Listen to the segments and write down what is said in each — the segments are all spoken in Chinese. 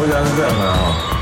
我想是这样的哈。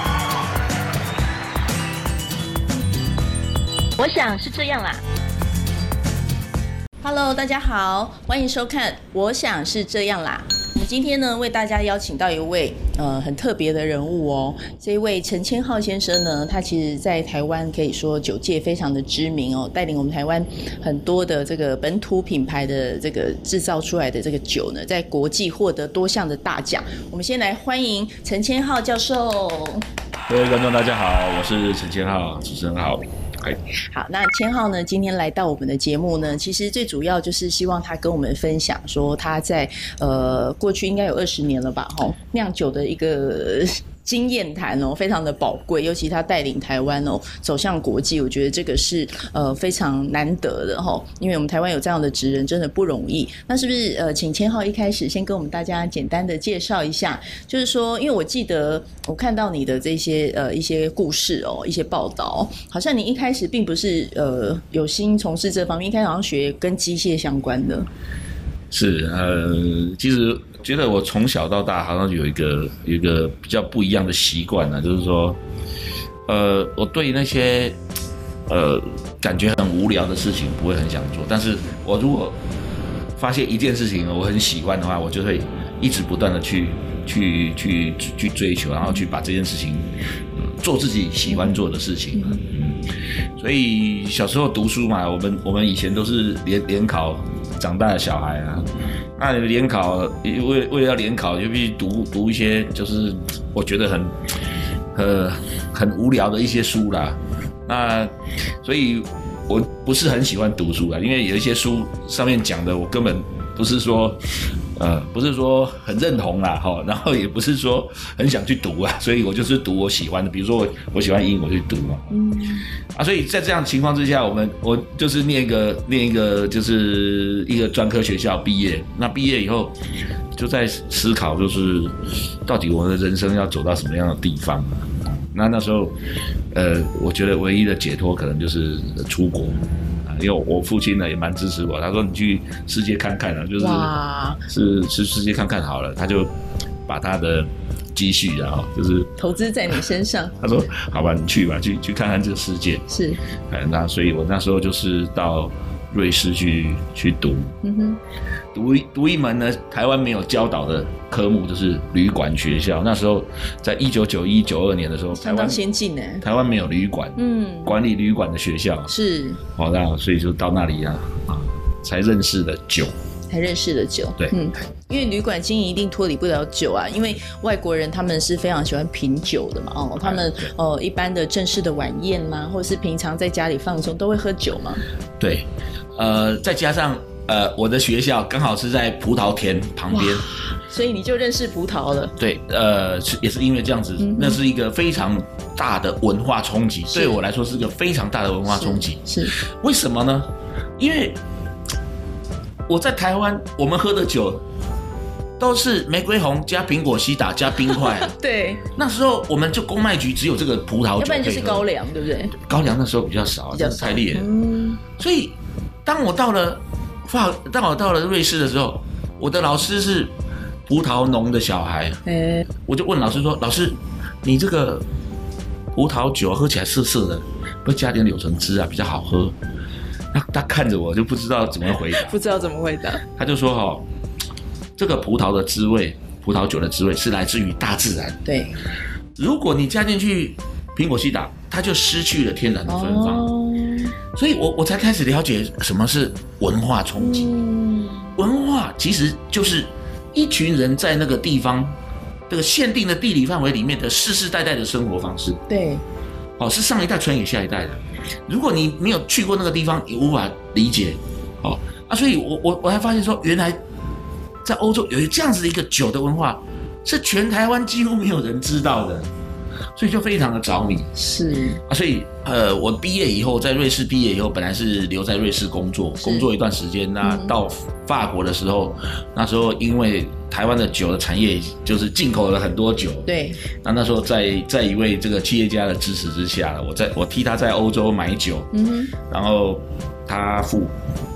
我想是这样啦。Hello， 大家好，欢迎收看《我想是这样啦》。我们今天呢，为大家邀请到一位很特别的人物哦。这一位陈千浩先生呢，他其实在台湾可以说酒界非常的知名哦，带领我们台湾很多的这个本土品牌的这个制造出来的这个酒呢，在国际获得多项的大奖。我们先来欢迎陈千浩教授。 各位观众大家好，我是陈千浩，主持人好。 好，那千浩呢，今天来到我们的节目呢，其实最主要就是希望他跟我们分享说他在过去应该有20年了吧，酿酒的一个经验谈哦，非常的宝贵，尤其他带领台湾哦走向国际，我觉得这个是非常难得的哈，因为我们台湾有这样的职人真的不容易。那是不是请千浩一开始先跟我们大家简单的介绍一下，就是说，因为我记得我看到你的这些一些故事哦，一些报道，好像你一开始并不是有心从事这方面，一开始好像学跟机械相关的。 是其实觉得我从小到大好像有一个比较不一样的习惯呢，就是说，我对那些感觉很无聊的事情不会很想做，但是我如果发现一件事情我很喜欢的话，我就会一直不断的去追求，然后去把这件事情做自己喜欢做的事情。所以小时候读书嘛，我们以前都是联考长大的小孩啊，那联考为了要联考，就必须读一些就是我觉得很无聊的一些书啦。那所以我不是很喜欢读书啦，因为有一些书上面讲的我根本不是说很认同啦，然后也不是说很想去读啊，所以我就是读我喜欢的，比如说我喜欢英文，我去读嘛。所以在这样的情况之下，我就是念一个就是一个专科学校毕业，那毕业以后就在思考，就是到底我的人生要走到什么样的地方。那时候我觉得唯一的解脱可能就是出国。因为我父亲呢也蛮支持我，他说你去世界看看啊，就是世界看看好了，他就把他的积蓄然后就是投资在你身上。 他说好吧，你去吧，去看看这个世界。 是， 那所以我那时候就是到瑞士去读，读一门呢台湾没有教导的科目，就是旅馆学校。那时候在1991、92年的时候， 相当先进耶， 台湾没有旅馆，管理旅馆的学校是，那所以就到那里才认识的酒。对， 因为旅馆经营一定脱离不了酒啊，因为外国人他们是非常喜欢品酒的嘛，他们一般的正式的晚宴啦，或者是平常在家里放松都会喝酒嘛。 对，再加上我的学校刚好是在葡萄田旁边， 所以你就认识葡萄了。 对，也是因为这样子，那是一个非常大的文化冲击，对我来说是一个非常大的文化冲击。是为什么呢？因为我在台湾，我们喝的酒都是玫瑰红加苹果西打加冰块。对，那时候我们就公卖局只有这个葡萄酒，要不然就是高粱，对不对？ 高粱那时候比较少，太烈了。所以当我到了瑞士的时候，我的老师是葡萄农的小孩，我就问老师说：“老师，你这个葡萄酒喝起来涩涩的，不加点柳橙汁啊，比较好喝。”他看着我就不知道怎么回答，他就说这个葡萄的滋味，葡萄酒的滋味是来自于大自然。对，如果你加进去苹果西打，它就失去了天然的芬芳。所以我才开始了解什么是文化冲击。文化其实就是一群人在那个地方这个限定的地理范围里面的世世代代的生活方式。对，是上一代传给下一代的。如果你没有去过那个地方，你无法理解。所以我才发现说，原来在欧洲有这样子的一个酒的文化，是全台湾几乎没有人知道的，所以就非常的着迷。是所以我毕业以后，在瑞士毕业以后，本来是留在瑞士工作一段时间。那到法国的时候，那时候因为台湾的酒的产业就是进口了很多酒。对，那时候在一位这个企业家的支持之下，我替他在欧洲买酒，然后他付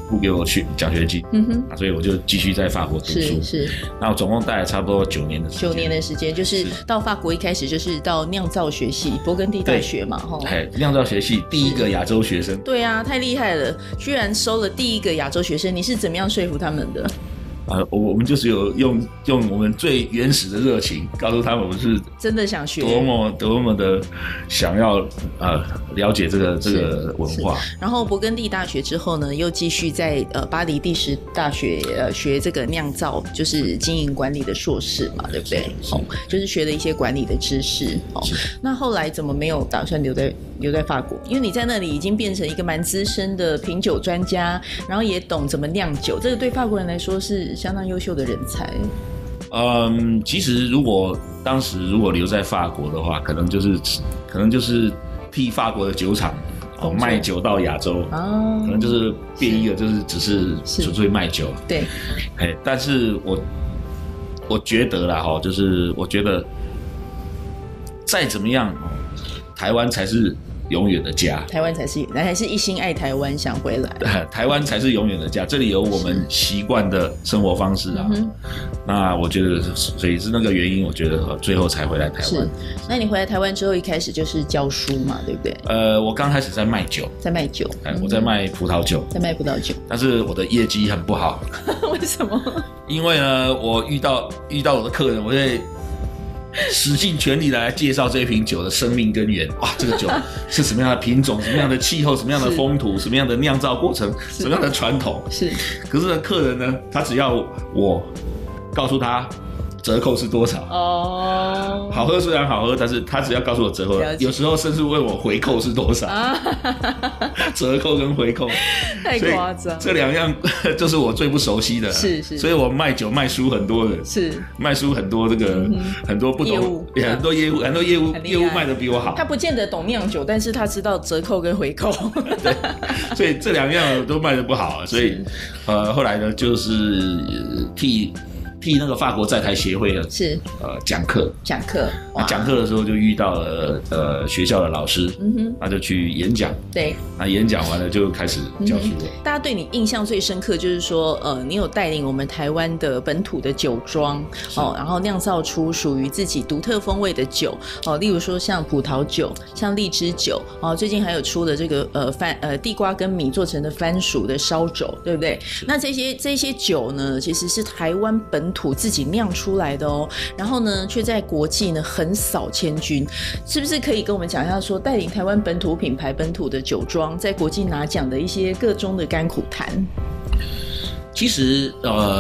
不给我去奖学金，所以我就继续在法国读书。 是。 那我总共待了差不多9年的时间。 9年的时间，就是到法国一开始就是到酿造学系，勃艮第大学嘛， 酿造学系第一个亚洲学生。 对啊，太厉害了，居然收了第一个亚洲学生，你是怎么样说服他们的？ 我们就是有用我们最原始的热情，告诉他们我们是真的想学， 多么的想要了解这个文化。 然后勃艮第大学之后呢，又继续在巴黎第10大学学这个酿造，就是经营管理的硕士嘛，对不对？就是学了一些管理的知识。那后来怎么没有打算留在法国？因为你在那里已经变成一个蛮资深的品酒专家，然后也懂怎么酿酒，这个对法国人来说是相当优秀的人才。 其实当时如果留在法国的话，可能就是替法国的酒厂卖酒到亚洲，可能就是变一个就是只是纯粹卖酒。 对， 但是我觉得啦，就是我觉得再怎么样，台湾才是永远的家， 台湾还是一心爱台湾，想回来。 台湾才是永远的家，这里有我们习惯的生活方式啊。那我觉得，所以是那个原因，我觉得最后才回来台湾。 那你回来台湾之后，一开始就是教书嘛，对不对？ 我刚开始在卖酒，我在卖葡萄酒，但是我的业绩很不好。 为什么？ 因为呢，我遇到我的客人，我会使尽全力来介绍这瓶酒的生命根源。哇，这个酒是什么样的品种，什么样的气候，什么样的风土，什么样的酿造过程，什么样的传统。可是呢，客人呢，他只要我告诉他折扣是多少。好喝虽然好喝，但是他只要告诉我折扣，有时候甚至问我回扣是多少。折扣跟回扣太夸张， 这2样就是我最不熟悉的。所以我卖酒卖输很多人，卖输很多很多不懂很多业务卖的比我好。 他不见得懂酿酒，但是他知道折扣跟回扣。 对，所以这2样都卖的不好，所以后来呢，就是替那个法国在台协会的讲课，讲课的时候就遇到了学校的老师，那就去演讲，对，那演讲完了就开始教书了。 大家对你印象最深刻就是说，你有带领我们台湾的本土的酒庄然后酿造出属于自己独特风味的酒例如说像葡萄酒、像荔枝酒最近还有出了这个地瓜跟米做成的番薯的烧酒，对不对？那这些酒呢，其实是台湾本土自己酿出来的然后呢，却在国际呢横扫千军，是不是可以跟我们讲一下说，带领台湾本土品牌、本土的酒庄在国际拿奖的一些个中的甘苦谈？ 其实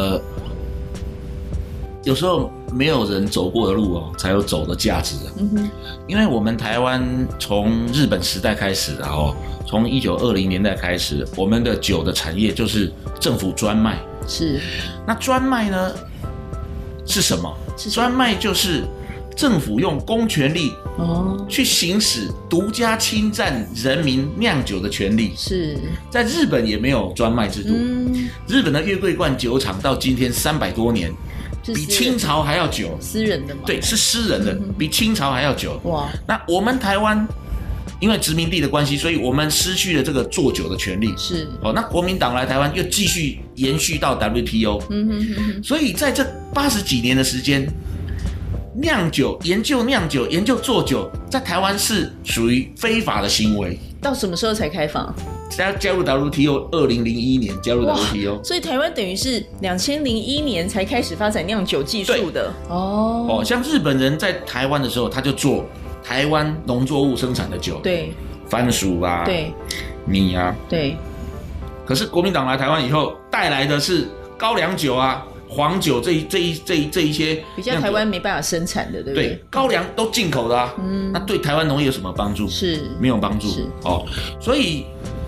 有时候没有人走过的路才有走的价值因为我们台湾从日本时代开始，然后从1920年代开始，我们的酒的产业就是政府专卖。那专卖呢是什么？专卖就是政府用公权力去行使独家侵占人民酿酒的权利。在日本也没有专卖制度。日本的月桂冠酒厂到今天300多年，比清朝还要久。私人的吗？对，是私人的，比清朝还要久。哇！那我们台湾因为殖民地的关系，所以我们失去了这个做酒的权利。那国民党来台湾又继续延续到 WTO。所以在这80几年的时间，酿酒、研究酿酒、研究做酒，在台湾是属于非法的行为。到什么时候才开放？加入 WTO，2001年加入 WTO。所以台湾等于是2001年才开始发展酿酒技术的。像日本人在台湾的时候，他就做台湾农作物生产的酒，对，番薯啊，对，米啊，对。可是国民党来台湾以后，带来的是高粱酒啊、黄酒这一些比较台湾没办法生产的，对不对？对，高粱都进口的啊，那对台湾农业有什么帮助？是没有帮助。所以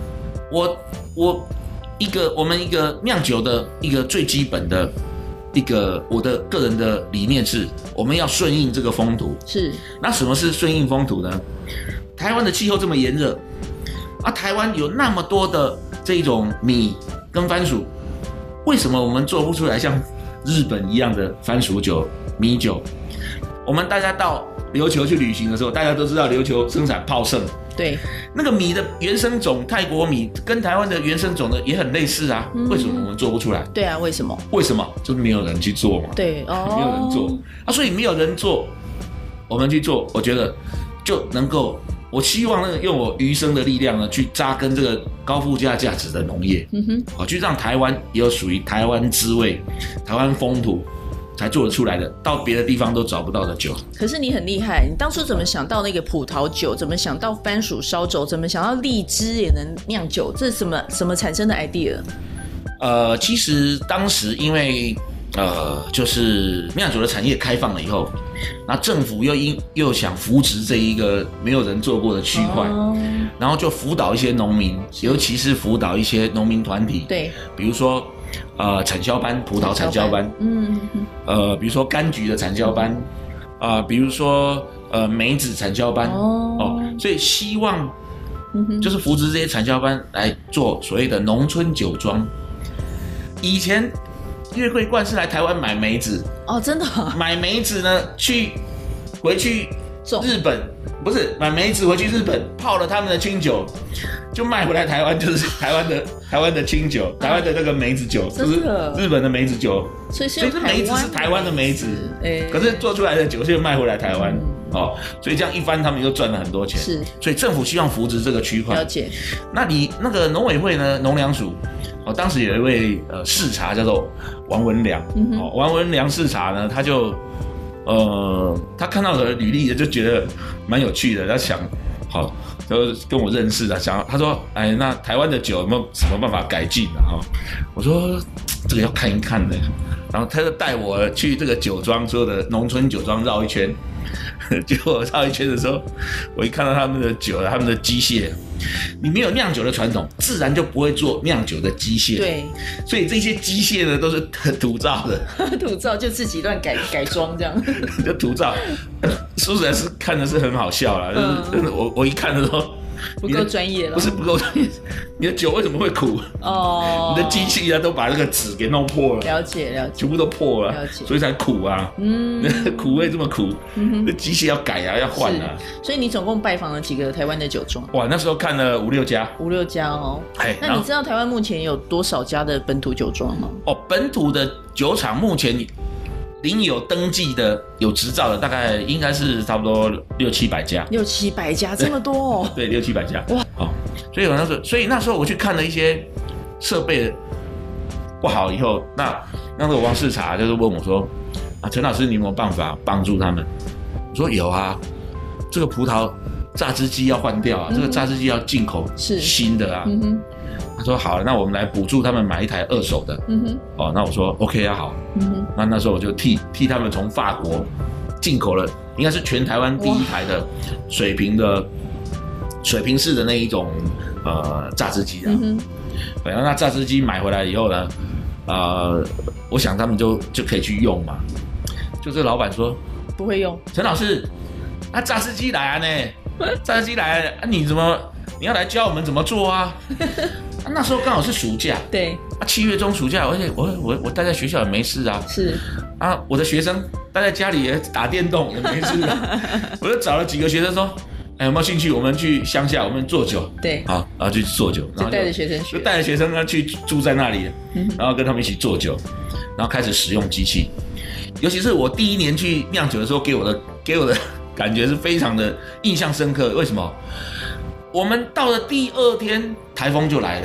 我们一个酿酒的一个最基本的我的个人的理念是，我们要顺应这个风土。那什么是顺应风土呢？台湾的气候这么炎热台湾有那么多的这种米跟番薯，为什么我们做不出来像日本一样的番薯酒、米酒？我们大家到琉球去旅行的时候，大家都知道琉球生产泡盛， 对， 那个米的原生种泰国米跟台湾的原生种的也很类似啊，为什么我们做不出来？ 对啊，为什么？ 为什么？就是没有人去做嘛。 对， 没有人做啊，所以没有人做，我们去做，我觉得就能够。我希望呢，用我余生的力量呢，去扎根这个高附加价值的农业，去让台湾也有属于台湾滋味、台湾风土才做得出来的，到别的地方都找不到的酒。 可是你很厉害，你当初怎么想到那个葡萄酒？怎么想到番薯烧酒？怎么想到荔枝也能酿酒？这是什么产生的 idea？ 其实当时因为就是酿酒的产业开放了以后，那政府又想扶植这一个没有人做过的区块，然后就辅导一些农民，尤其是辅导一些农民团体， 对， 比如说产销班，葡萄产销班，比如说柑橘的产销班，比如说梅子产销班，所以希望就是扶植这些产销班来做所谓的农村酒庄。以前月桂冠是来台湾买梅子真的买梅子呢，回去日本，不是买梅子回去日本泡了他们的清酒，就卖回来台湾，就是台湾的清酒，台湾的那个梅子酒，就是日本的梅子酒，所以这梅子是台湾的梅子，可是做出来的酒却卖回来台湾。所以这样一番，他们又赚了很多钱。是，所以政府希望扶植这个区块。了解。那你那个农委会呢？农粮署，当时有一位视察叫做王文良，王文良视察呢，他就他看到我的履历就觉得蛮有趣的，他想，就跟我认识的，他说，哎，那台湾的酒有没有什么办法改进啊？我说这个要看一看的。然后他就带我去这个酒庄，所有的农村酒庄绕一圈。结果绕一圈的时候，我一看到他们的酒，他们的机械，你没有酿酒的传统，自然就不会做酿酒的机械。对，所以这些机械呢都是土造的，土造就自己乱改装这样，就土造。说实在是看的是很好笑啦，就是我一看的时候。不够专业了，不是不够专业，你的酒为什么会苦？你的机器都把那个纸给弄破了，了解，全部都破了，所以才苦啊。苦味这么苦，那机器要改啊，要换啊。所以你总共拜访了几个台湾的酒庄？哇，那时候看了5-6家，5-6家哦。那你知道台湾目前有多少家的本土酒庄吗？本土的酒厂目前领有登记的、有执照的，大概应该是差不多600-700家。600-700家，这么多哦？对，600-700家。哇，所以那时候我去看了一些设备不好以后，那个王视察就是问我说：“陈老师，你有没有办法帮助他们？”我说：“有啊，这个葡萄榨汁机要换掉啊，这个榨汁机要进口新的啊。”他说好，那我们来补助他们买一台2手的。那我说 OK 啊，好。那时候我就替他们从法国进口了，应该是全台湾第一台的水平式的那一种榨汁机啊。对，那榨汁机买回来以后呢，我想他们就可以去用嘛。就这个老板说不会用，陈老师，榨汁机来啊呢，榨汁机来啊，你要来教我们怎么做啊？那时候刚好是暑假，对，7月中暑假，而且我待在学校也没事啊，是啊，我的学生待在家里也打电动也没事啊，我就找了几个学生说，有没有兴趣？我们去乡下，我们做酒，对，好，然后去做酒，然后就带着学生去，就带着学生去住在那里，然后跟他们一起做酒，然后开始使用机器，尤其是我第1年去酿酒的时候，给我的感觉是非常的印象深刻。为什么？我们到了第2天，台风就来了，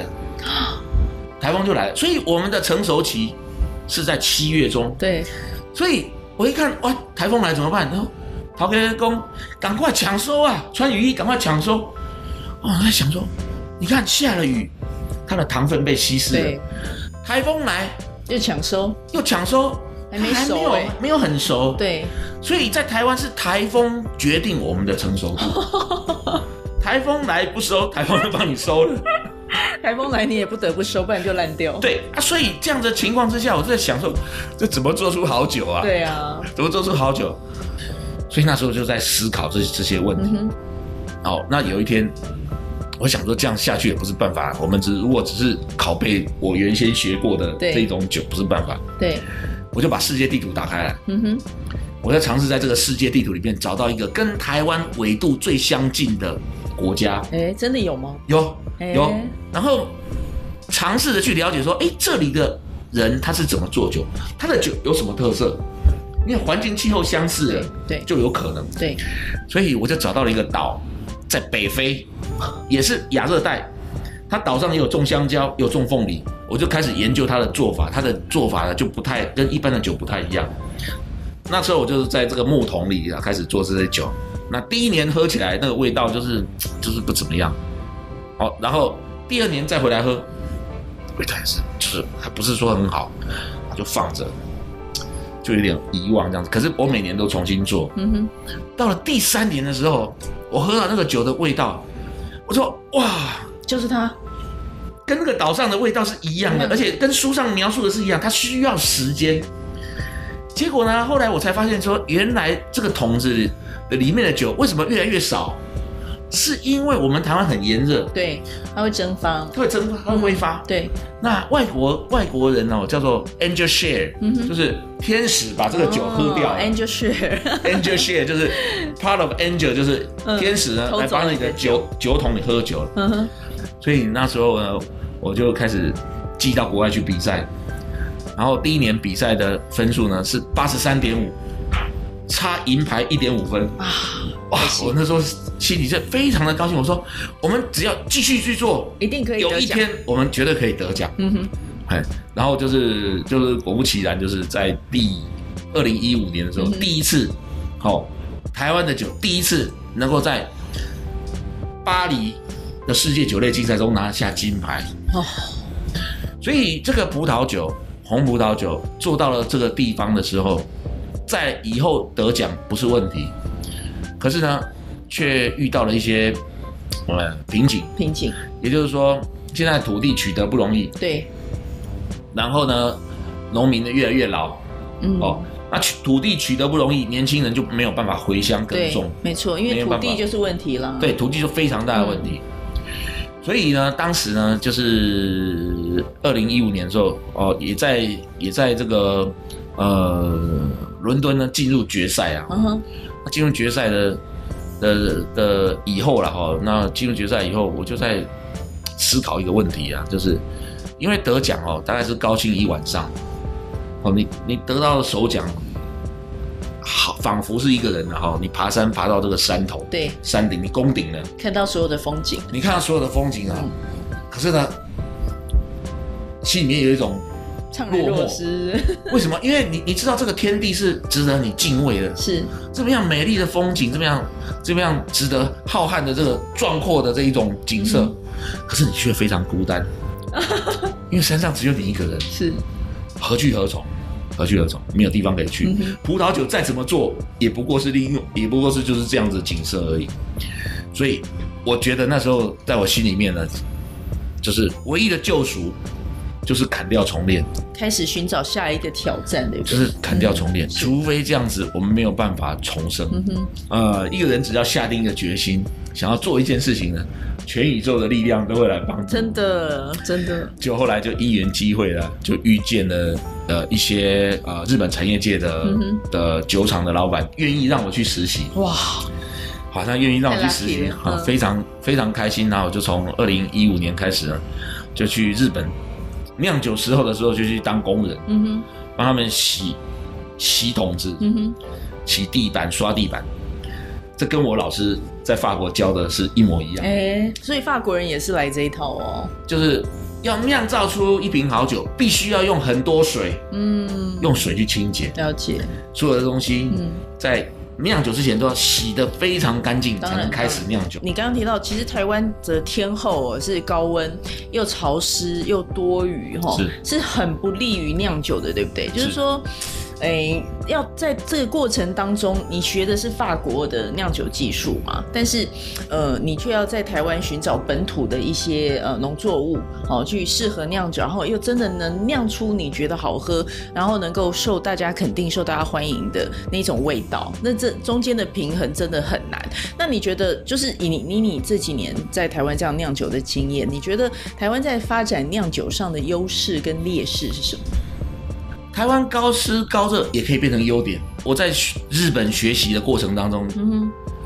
所以我们的成熟期是在7月中。对，所以我一看，哇，台风来怎么办？然后陶哥公赶快抢收啊，穿雨衣赶快抢收。我在想说，你看下了雨，它的糖分被稀释了，台风来又抢收，还没熟，没有很熟。对，所以在台湾是台风决定我们的成熟度。台风来不收，台风就帮你收了。台风来你也不得不收，不然就烂掉。对啊，所以这样的情况之下，我在想说，这怎么做出好酒啊？对啊，怎么做出好酒？所以那时候就在思考这些问题。那有一天，我想说这样下去也不是办法。我们如果只是拷贝我原先学过的这种酒，不是办法。对，我就把世界地图打开来。我在尝试在这个世界地图里面找到一个跟台湾纬度最相近的国家。 真的有吗？ 有。然后尝试着去了解说，这里的人他是怎么做酒，他的酒有什么特色？因为环境气候相似了， 对， 就有可能。 对， 所以我就找到了一个岛，在北非，也是亚热带，它岛上也有种香蕉，也有种凤梨，我就开始研究它的做法。它的做法呢就不太跟一般的酒不太一样。那时候我就是在这个木桶里开始做这些酒。那第一年喝起来那个味道就是不怎么样，然后第二年再回来喝，味道也是就是还不是说很好，就放着。就有点遗忘这样子，可是我每年都重新做。到了第3年的时候，我喝到那个酒的味道，我说哇， 就是它， 跟那个岛上的味道是一样的，而且跟书上描述的是一样，它需要时间。结果呢，后来我才发现说，原来这个桶子里面的酒为什么越来越少？是因为我们台湾很炎热， 对，它会蒸发， 它会挥发。 对， 那外国人叫做 angel share，就是天使把这个酒喝掉了。 angel share，angel share 就是 part of angel， 就是天使呢来帮你的酒桶里喝酒了。所以那时候呢，我就开始寄到国外去比赛，然后第一年比赛的分数呢是83.5，差银牌1.5分啊！哇，我那时候心里是非常的高兴。我说，我们只要继续去做， 一定可以得奖。 有一天我们绝对可以得奖。然后就是果不其然，就是在2015年的时候，第一次，台湾的酒第一次能够在巴黎的世界酒类竞赛中拿下金牌。所以这个红葡萄酒做到了这个地方的时候，在以后得奖不是问题。可是呢，却遇到了一些瓶颈，也就是说，现在土地取得不容易， 对。 然后呢，农民呢越来越老，那土地取得不容易，年轻人就没有办法回乡耕种， 没错，因为土地就是问题了， 对，土地就非常大的问题。所以呢，当时呢，就是2015年的时候，也在这个伦敦呢进入决赛啊。进入决赛的以后了哈，那进入决赛以后，我就在思考一个问题啊，就是因为得奖大概是高兴一晚上，你得到首奖，仿佛是一个人你爬山爬到这个山头， 对， 山顶你攻顶了， 看到所有的风景， 你看到所有的风景啊，可是呢，心里面有一种怅然若失。 为什么？因为你知道这个天地是值得你敬畏的， 是这么样美丽的风景，这么样值得浩瀚的这个壮阔的这一种景色，可是你却非常孤单，因为山上只有你一个人， 是何去何从？没有地方可以去。葡萄酒再怎么做，也不过是就是这样子的景色而已。所以我觉得那时候在我心里面呢，就是唯一的救赎。就是砍掉重练， 开始寻找下一个挑战，对不对？ 就是砍掉重练，除非这样子，我们没有办法重生。一个人只要下定一个决心，想要做一件事情呢，全宇宙的力量都会来帮助。真的。就后来就因缘机会了，就遇见了一些日本产业界的酒厂的老板愿意让我去实习。哇！好像愿意让我去实习，非常非常开心。然后我就从2015年开始呢，就去日本。酿酒时候的时候就去当工人，帮他们洗桶子，洗地板、刷地板，这跟我老师在法国教的是一模一样。 所以法国人也是来这一套哦， 就是要酿造出一瓶好酒，必须要用很多水，用水去清洁， 了解所有的东西，在酿酒之前都要洗得非常干净，才能开始酿酒。 你刚刚提到，其实台湾的天候是高温、又潮湿又多雨，是很不利于酿酒的，对不对？就是说，要在这个过程当中，你学的是法国的酿酒技术嘛，但是你却要在台湾寻找本土的一些农作物，去适合酿酒，然后又真的能酿出你觉得好喝，然后能够受大家肯定、受大家欢迎的那种味道。那这中间的平衡真的很难。那你觉得，就是以你这几年在台湾这样酿酒的经验，你觉得台湾在发展酿酒上的优势跟劣势是什么？ 台湾高湿高热也可以变成优点。我在日本学习的过程当中，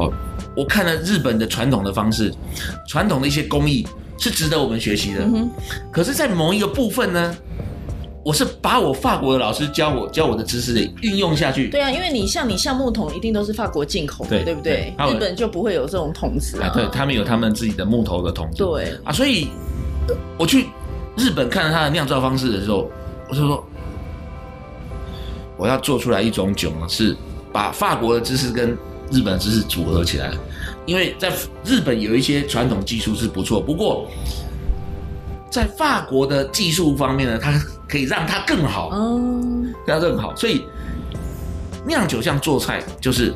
我看了日本的传统的方式，传统的一些工艺是值得我们学习的。可是，在某一个部分呢，我是把我法国的老师教我的知识的运用下去。 对啊，因为你像橡木桶一定都是法国进口的，对不对？日本就不会有这种桶子啊。 对，他们有他们自己的木头的桶子。 对啊，所以我去日本看了他的酿造方式的时候，我就说，我要做出来一种酒呢，是把法国的知识跟日本的知识组合起来。因为在日本有一些传统技术是不错，不过在法国的技术方面呢，它可以让它更好，让它更好。所以酿酒像做菜，就是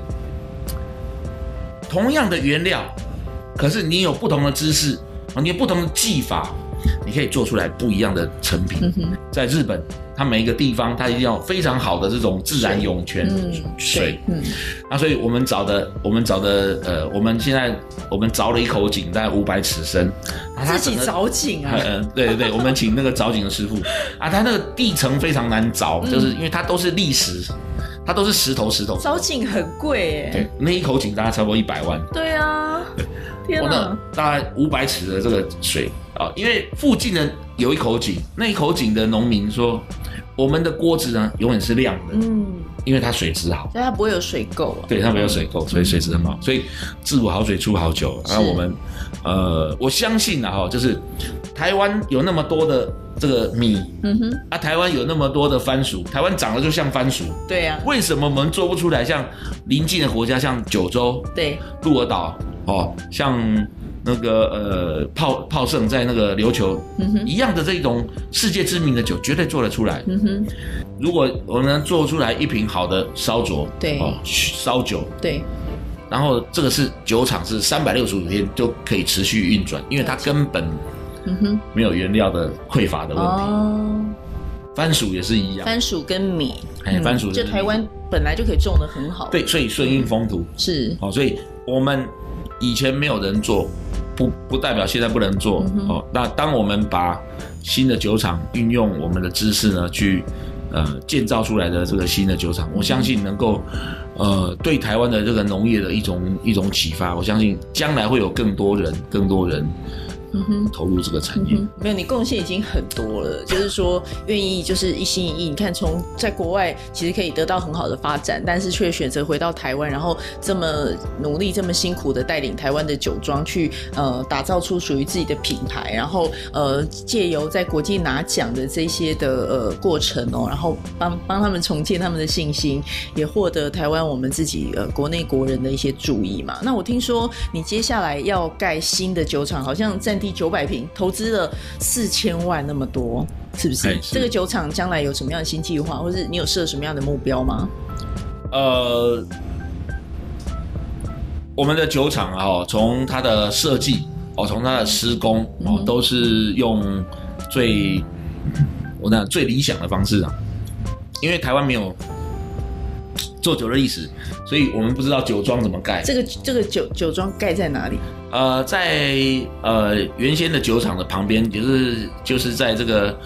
同样的原料，可是你有不同的知识，你有不同的技法，你可以做出来不一样的成品。在日本，它每一个地方它一定要非常好的这种自然涌泉水。那所以我们找的我们现在我们凿了一口井，大概500尺深。 自己凿井啊？ 对，我们请那个凿井的师傅啊，他那个地层非常难凿，就是因为它都是砾石，它都是石头。 凿井很贵耶。 对，那一口井大概差不多100万。 对啊，天哪！ 大概500尺的这个水啊，因为附近的有一口井，那一口井的农民说，我们的锅子呢永远是亮的，因为它水质好， 所以它不会有水垢。 对，它没有水垢，所以水质很好，所以制不好水出好酒。然后我们我相信就是台湾有那么多的这个米，台湾有那么多的番薯，台湾长得就像番薯， 对啊， 为什么我们做不出来像邻近的国家，像九州、 对， 鹿儿岛像那个炮盛在那个琉球一样的这种世界知名的酒，绝对做得出来。如果我们能做出来一瓶好的烧酒， 对， 烧酒， 对， 然后这个是酒厂是365天就可以持续运转，因为它根本没有原料的匮乏的问题。番薯也是一样， 番薯跟米， 番薯就台湾本来就可以种得很好。 对，所以顺应风土是所以我们以前没有人做，不代表现在不能做。那当我们把新的酒厂运用我们的知识呢，去建造出来的这个新的酒厂，我相信能够对台湾的这个农业的一种启发。我相信将来会有更多人投入这个产业。 没有，你贡献已经很多了，就是说愿意就是一心一意。你看从在国外其实可以得到很好的发展，但是却选择回到台湾，然后这么努力这么辛苦的带领台湾的酒庄去打造出属于自己的品牌，然后借由在国际拿奖的这些的过程然后帮他们重建他们的信心，也获得台湾我们自己国内国人的一些注意嘛。那我听说你接下来要盖新的酒厂，好像占地900坪，投资了4000万那么多，是不是？这个酒厂将来有什么样的新计划，或是你有设什么样的目标吗？ 我们的酒厂从它的设计从它的施工都是用最理想的方式因为台湾没有做酒的历史，所以我们不知道酒庄怎么盖。 这个酒庄盖在哪里？ 在原先的酒厂的旁边，就是在这个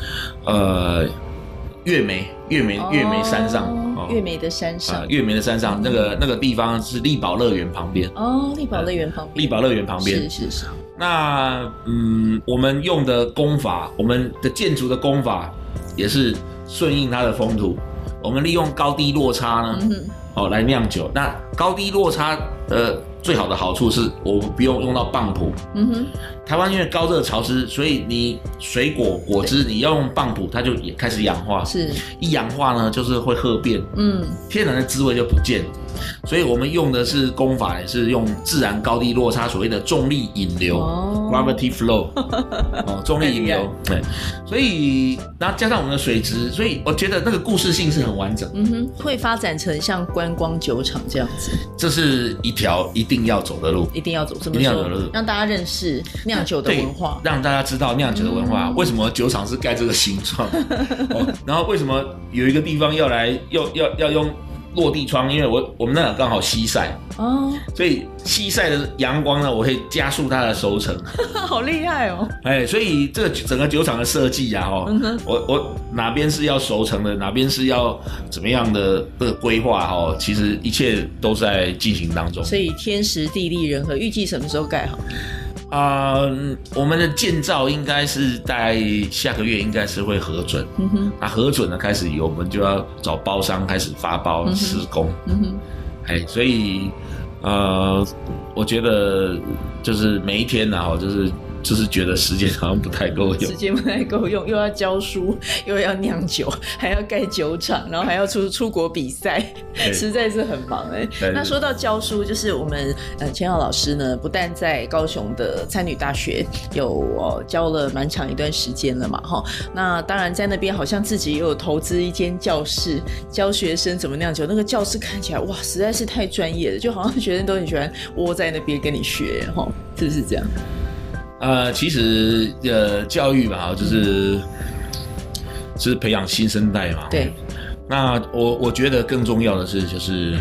月眉山上月眉的山上， 月眉的山上那个地方是力宝乐园旁边。 力宝乐园旁边。 力宝乐园旁边是。 那我们用的工法，我们的建筑的工法也是顺应它的风土。我们利用高低落差呢，来酿酒。那高低落差最好的好处是我不用到泵浦。台湾因为高热潮湿，所以你水果果汁你要用泵浦，它就也开始氧化。是，一氧化呢，就是会褐变，天然的滋味就不见了。所以我们用的是工法，也是用自然高低落差，所谓的重力引流 （gravity flow） 重力引流。对，所以然后加上我们的水质，所以我觉得那个故事性是很完整。 会发展成像观光酒厂这样子， 这是一条一定要走的路， 一定要走，怎么说？让大家认识酿酒的文化， 让大家知道酿酒的文化，为什么酒厂是盖这个形状，然后为什么有一个地方要用落地窗，因为我们那刚好西晒哦，所以西晒的阳光呢，我可以加速它的熟成， 好厉害哦！ 所以这个整个酒厂的设计啊，我哪边是要熟成的，哪边是要怎么样的这个规划其实一切都在进行当中。 所以天时地利人和，预计什么时候盖好？ 我们的建造应该是在下个月应该是会核准，那核准了开始我们就要找包商开始发包施工，所以我觉得就是每一天啊，就是觉得时间好像不太够用， 时间不太够用，又要教书，又要酿酒，还要盖酒厂，然后还要出国比赛，实在是很忙那说到教书，就是我们千浩老师呢，不但在高雄的参旅大学有教了蛮长一段时间了嘛，那当然在那边好像自己也有投资一间教室，教学生怎么酿酒。那个教室看起来哇，实在是太专业了，就好像学生都很喜欢窝在那边跟你学，是不是这样？ 其实教育吧，就是培养新生代嘛。 对。 那我觉得更重要的是，就是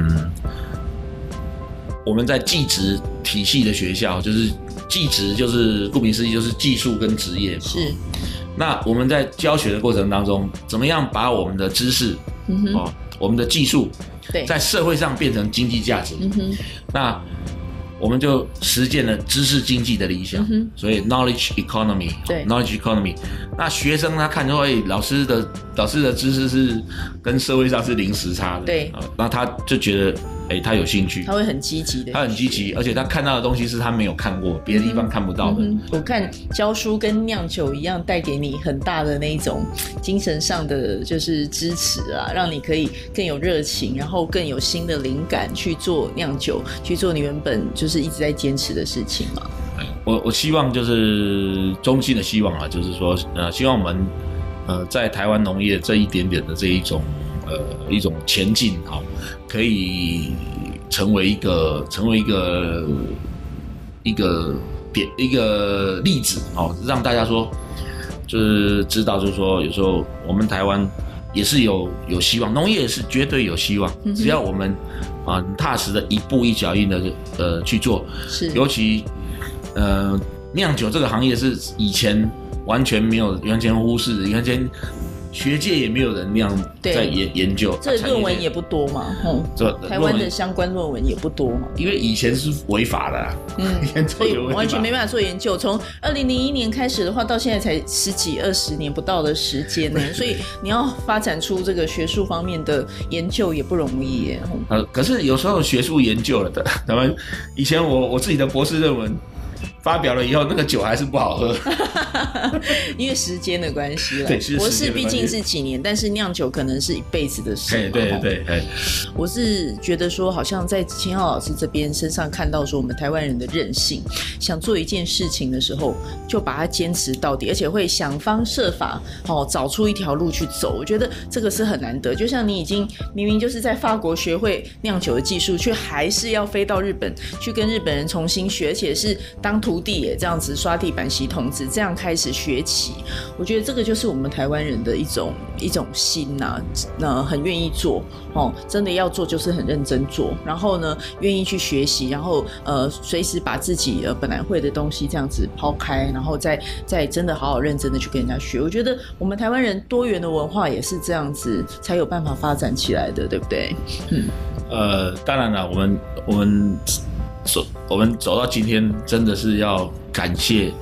我们在技职体系的学校，就是技职就是顾名思义就是技术跟职业嘛。 是。 那我们在教学的过程当中，怎么样把我们的知识，我们的技术，在社会上变成经济价值？那我们就实践了知识经济的理想，所以 knowledge economy， 对 knowledge economy。那学生他看说，老师的知识是跟社会上是零时差的， 对， 那他就觉得，他有兴趣， 他会很积极的， 他很积极，而且他看到的东西是他没有看过，别的地方看不到的。 我看教书跟酿酒一样，带给你很大的那种精神上的就是支持啊，让你可以更有热情，然后更有新的灵感去做酿酒，去做你原本就是一直在坚持的事情嘛。 我希望就是衷心的希望啊，就是说希望我们在台湾农业这一点点的这一种前进可以成为一个例子让大家说就是知道，就是说有时候我们台湾也是有希望，农业是绝对有希望，只要我们很踏实的一步一脚印的去做，是尤其酿酒这个行业是以前完全忽视的，完全学界也没有人那样在研究， 这论文也不多嘛，台湾的相关论文也不多嘛， 因为以前是违法的所以完全没办法做研究。从2001年开始的话，到现在才10几20年不到的时间呢，所以你要发展出这个学术方面的研究也不容易耶。 可是有时候学术研究了的，咱们以前我自己的博士论文发表了以后，那个酒还是不好喝， 因为时间的关系了。对，博士毕竟是几年，但是酿酒可能是一辈子的事嘛。对。我是觉得说，好像在千浩老师这边身上看到说，我们台湾人的韧性，想做一件事情的时候，就把它坚持到底，而且会想方设法找出一条路去走。我觉得这个是很难得。就像你已经明明就是在法国学会酿酒的技术，却还是要飞到日本去跟日本人重新学，而且是当徒弟也这样子刷地板洗桶子，这样开始学起。我觉得这个就是我们台湾人的一种心呐，很愿意做真的要做就是很认真做，然后呢愿意去学习，然后随时把自己本来会的东西这样子抛开，然后再真的好好认真的去跟人家学。我觉得我们台湾人多元的文化也是这样子才有办法发展起来的，对不对？ 当然了，我们走到今天，真的是要感谢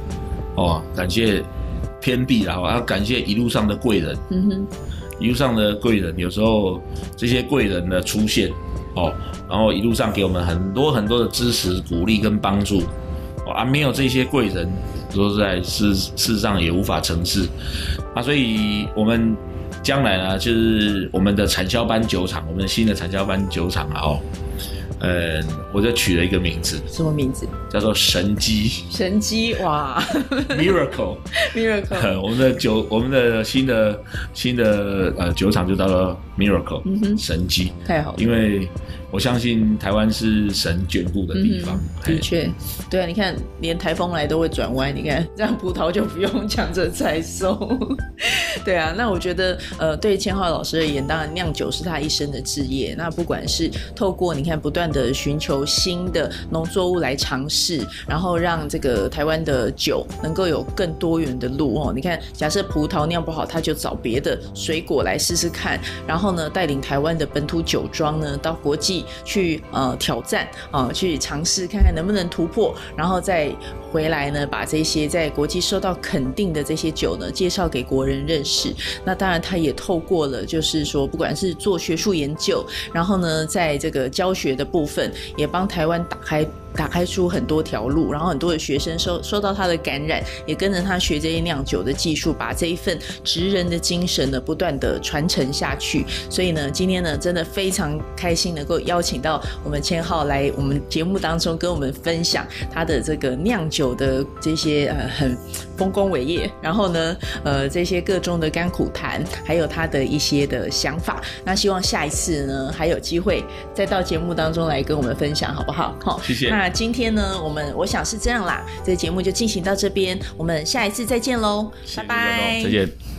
天地啦，要感谢一路上的贵人。一路上的贵人，有时候这些贵人的出现，然后一路上给我们很多很多的支持、鼓励跟帮助，没有这些贵人，说实在，事实上也无法成事。所以我们将来呢，就是我们的产销班酒厂，我们的新的产销班酒厂我就取了一个名字。 什么名字？ 叫做神机。神机，哇！Miracle。我们的新的酒厂就叫做 Miracle，神机。 太好了。 因为我相信台湾是神眷顾的地方。 的确，对啊，你看连台风来都会转弯，你看这样葡萄就不用抢着采收。对啊，那我觉得对千浩老师而言，当然酿酒是他一生的志业。那不管是透过你看不断的寻求新的农作物来尝试，然后让这个台湾的酒能够有更多元的路哦。你看，假设葡萄酿不好，他就找别的水果来试试看，然后呢，带领台湾的本土酒庄呢到国际去挑战去尝试看看能不能突破，然后再回来呢，把这些在国际受到肯定的这些酒呢介绍给国人认识。那当然，他也透过了就是说，不管是做学术研究，然后呢，在这个教学的部分，也帮台湾打开出很多条路，然后很多的学生受到他的感染，也跟着他学这些酿酒的技术，把这一份职人的精神呢不断的传承下去。所以呢，今天呢真的非常开心能够邀请到我们千浩来我们节目当中跟我们分享他的这个酿酒的这些很丰功伟业，然后呢这些各中的甘苦谈，还有他的一些的想法。那希望下一次呢还有机会再到节目当中来跟我们分享，好不好？ 谢谢。 那今天呢，我想是这样啦，这个节目就进行到这边，我们下一次再见喽，拜拜， 再见。